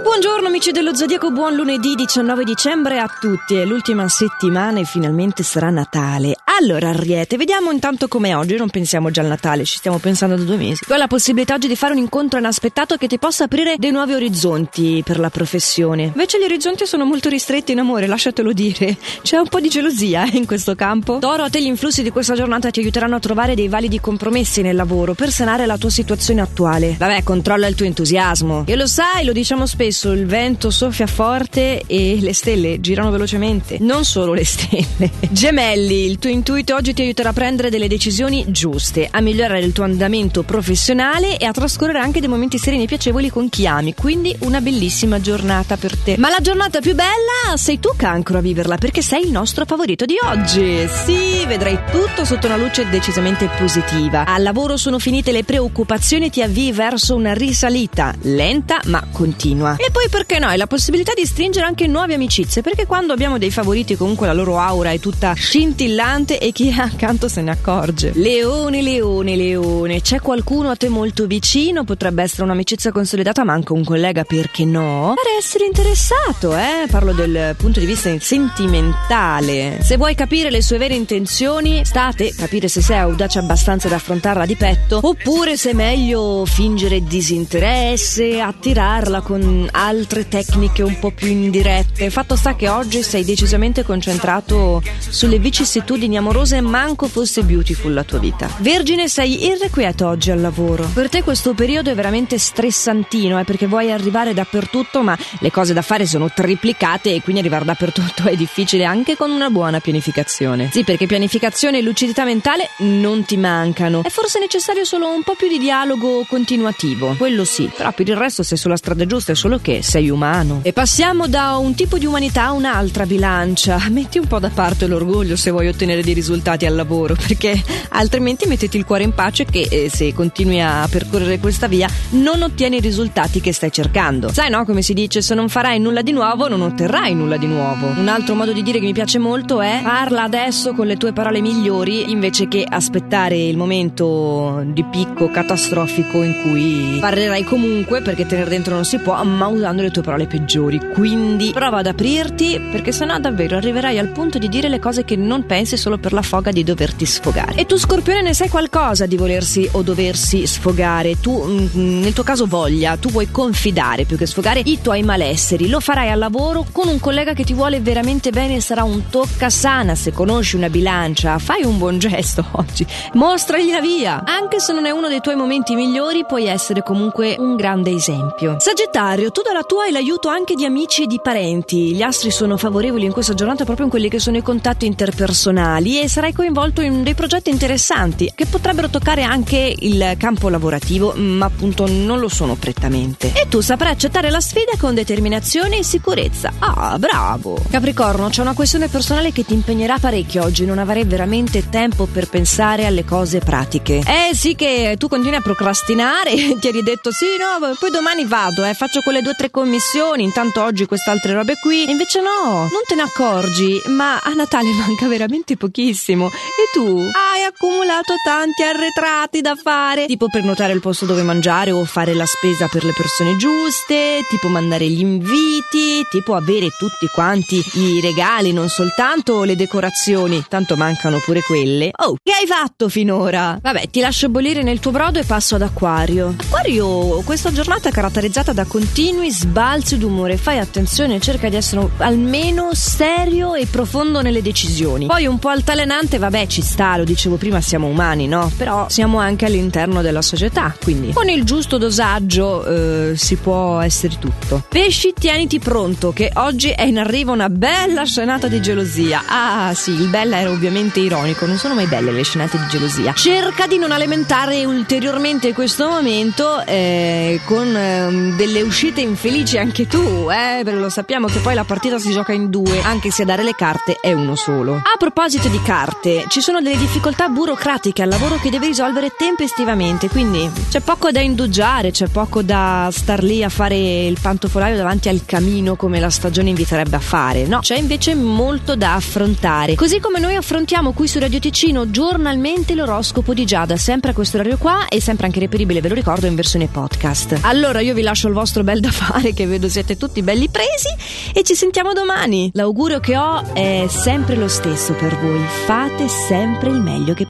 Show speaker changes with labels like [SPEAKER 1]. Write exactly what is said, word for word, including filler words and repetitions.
[SPEAKER 1] Buongiorno amici dello Zodiaco, buon lunedì diciannove dicembre a tutti. È l'ultima settimana e finalmente sarà Natale. Allora Ariete, vediamo intanto com'è oggi. Non pensiamo già al Natale, ci stiamo pensando da due mesi. Tu hai la possibilità oggi di fare un incontro inaspettato che ti possa aprire dei nuovi orizzonti per la professione. Invece gli orizzonti sono molto ristretti in amore, lasciatelo dire. C'è un po' di gelosia eh, in questo campo. Toro, a te gli influssi di questa giornata ti aiuteranno a trovare dei validi compromessi nel lavoro per sanare la tua situazione attuale. Vabbè, controlla il tuo entusiasmo. E lo sai, lo diciamo spesso, il vento soffia forte e le stelle girano velocemente. Non solo le stelle. Gemelli, il tuo intuito oggi ti aiuterà a prendere delle decisioni giuste, a migliorare il tuo andamento professionale e a trascorrere anche dei momenti sereni e piacevoli con chi ami. Quindi una bellissima giornata per te. Ma la giornata più bella sei tu, Cancro, a viverla, perché sei il nostro favorito di oggi. Sì, vedrai tutto sotto una luce decisamente positiva. Al lavoro sono finite le preoccupazioni e ti avvii verso una risalita lenta ma continua. E poi perché no, hai la possibilità di stringere anche nuove amicizie, perché quando abbiamo dei favoriti comunque la loro aura è tutta scintillante e chi è accanto se ne accorge. Leone, leone, leone, c'è qualcuno a te molto vicino, potrebbe essere un'amicizia consolidata ma anche un collega, perché no? Pare essere interessato, eh? Parlo del punto di vista sentimentale. Se vuoi capire le sue vere intenzioni, sta a te capire se sei audace abbastanza da affrontarla di petto, oppure se è meglio fingere disinteresse, attirarla con altre tecniche un po' più indirette. Fatto sta che oggi sei decisamente concentrato sulle vicissitudini amorose, manco fosse beautiful la tua vita. Vergine, sei irrequieto oggi al lavoro. Per te questo periodo è veramente stressantino, eh, perché vuoi arrivare dappertutto ma le cose da fare sono triplicate e quindi arrivare dappertutto è difficile anche con una buona pianificazione. Sì, perché pianificazione e lucidità mentale non ti mancano. È forse necessario solo un po' più di dialogo continuativo, quello sì, però per il resto sei sulla strada giusta, è solo che sei umano. E passiamo da un tipo di umanità a un'altra, Bilancia. Metti un po' da parte l'orgoglio se vuoi ottenere dei risultati al lavoro, perché altrimenti mettiti il cuore in pace che eh, se continui a percorrere questa via non ottieni i risultati che stai cercando. Sai, no, come si dice, se non farai nulla di nuovo non otterrai nulla di nuovo. Un altro modo di dire che mi piace molto è: parla adesso con le tue parole migliori invece che aspettare il momento di picco catastrofico in cui parlerai comunque, perché tenere dentro non si può, ma usando le tue parole peggiori. Quindi prova ad aprirti, perché sennò davvero arriverai al punto di dire le cose che non pensi solo per la foga di doverti sfogare. E tu, Scorpione, ne sai qualcosa di volersi o doversi sfogare. Tu, mh, nel tuo caso voglia, tu vuoi confidare più che sfogare i tuoi malesseri. Lo farai al lavoro con un collega che ti vuole veramente bene, sarà un toccasana. Se conosci una Bilancia, fai un buon gesto oggi, mostragli la via. Anche se non è uno dei tuoi momenti migliori, puoi essere comunque un grande esempio. Sagittario, tu dalla tua hai l'aiuto anche di amici e di parenti. Gli astri sono favorevoli in questa giornata proprio in quelli che sono i contatti interpersonali e sarai coinvolto in dei progetti interessanti che potrebbero toccare anche il campo lavorativo, ma appunto non lo sono prettamente. E tu saprai accettare la sfida con determinazione e sicurezza. Ah, bravo! Capricorno, c'è una questione personale che ti impegnerà parecchio oggi, non avrai veramente tempo per pensare alle cose pratiche. Eh sì, che tu continui a procrastinare, ti eri detto sì, no, poi domani vado, eh, faccio quelle due o tre commissioni, intanto oggi queste altre robe qui, e invece no, non te ne accorgi, ma a Natale manca veramente pochissimo e tu hai accumulato tanti arretrati da fare, tipo prenotare il posto dove mangiare o fare la spesa per le persone giuste, tipo mandare gli inviti, tipo avere tutti quanti i regali, non soltanto le decorazioni, tanto mancano pure quelle. Oh, che hai fatto finora? Vabbè, ti lascio bollire nel tuo brodo e passo ad Acquario. Acquario, questa giornata è caratterizzata da continui sbalzi d'umore. Fai attenzione, cerca di essere almeno serio e profondo nelle decisioni. Poi un po' altalenante, vabbè, ci sta, lo dicevo prima, siamo umani, no? Però siamo anche all'interno della società, quindi con il giusto dosaggio eh, si può essere tutto. Pesci, tieniti pronto che oggi è in arrivo una bella scenata di gelosia. Ah sì, il bella era ovviamente ironico, non sono mai belle le scenate di gelosia. Cerca di non alimentare ulteriormente questo momento eh, con eh, delle uscite infelici anche tu, eh, perché lo sappiamo che poi la partita si gioca in due, anche se a dare le carte è uno solo. A proposito di carte, ci sono delle difficoltà burocratiche al lavoro che devi risolvere tempestivamente, quindi c'è poco da indugiare, c'è poco da star lì a fare il pantofolaio davanti al camino come la stagione inviterebbe a fare, no, c'è invece molto da affrontare, così come noi affrontiamo qui su Radio Ticino giornalmente l'oroscopo di Giada, sempre a questo orario qua e sempre anche reperibile, ve lo ricordo, in versione podcast. Allora io vi lascio il vostro bel da fare, che vedo siete tutti belli presi, e ci sentiamo domani. L'augurio che ho è sempre lo stesso per voi: fate sempre il meglio che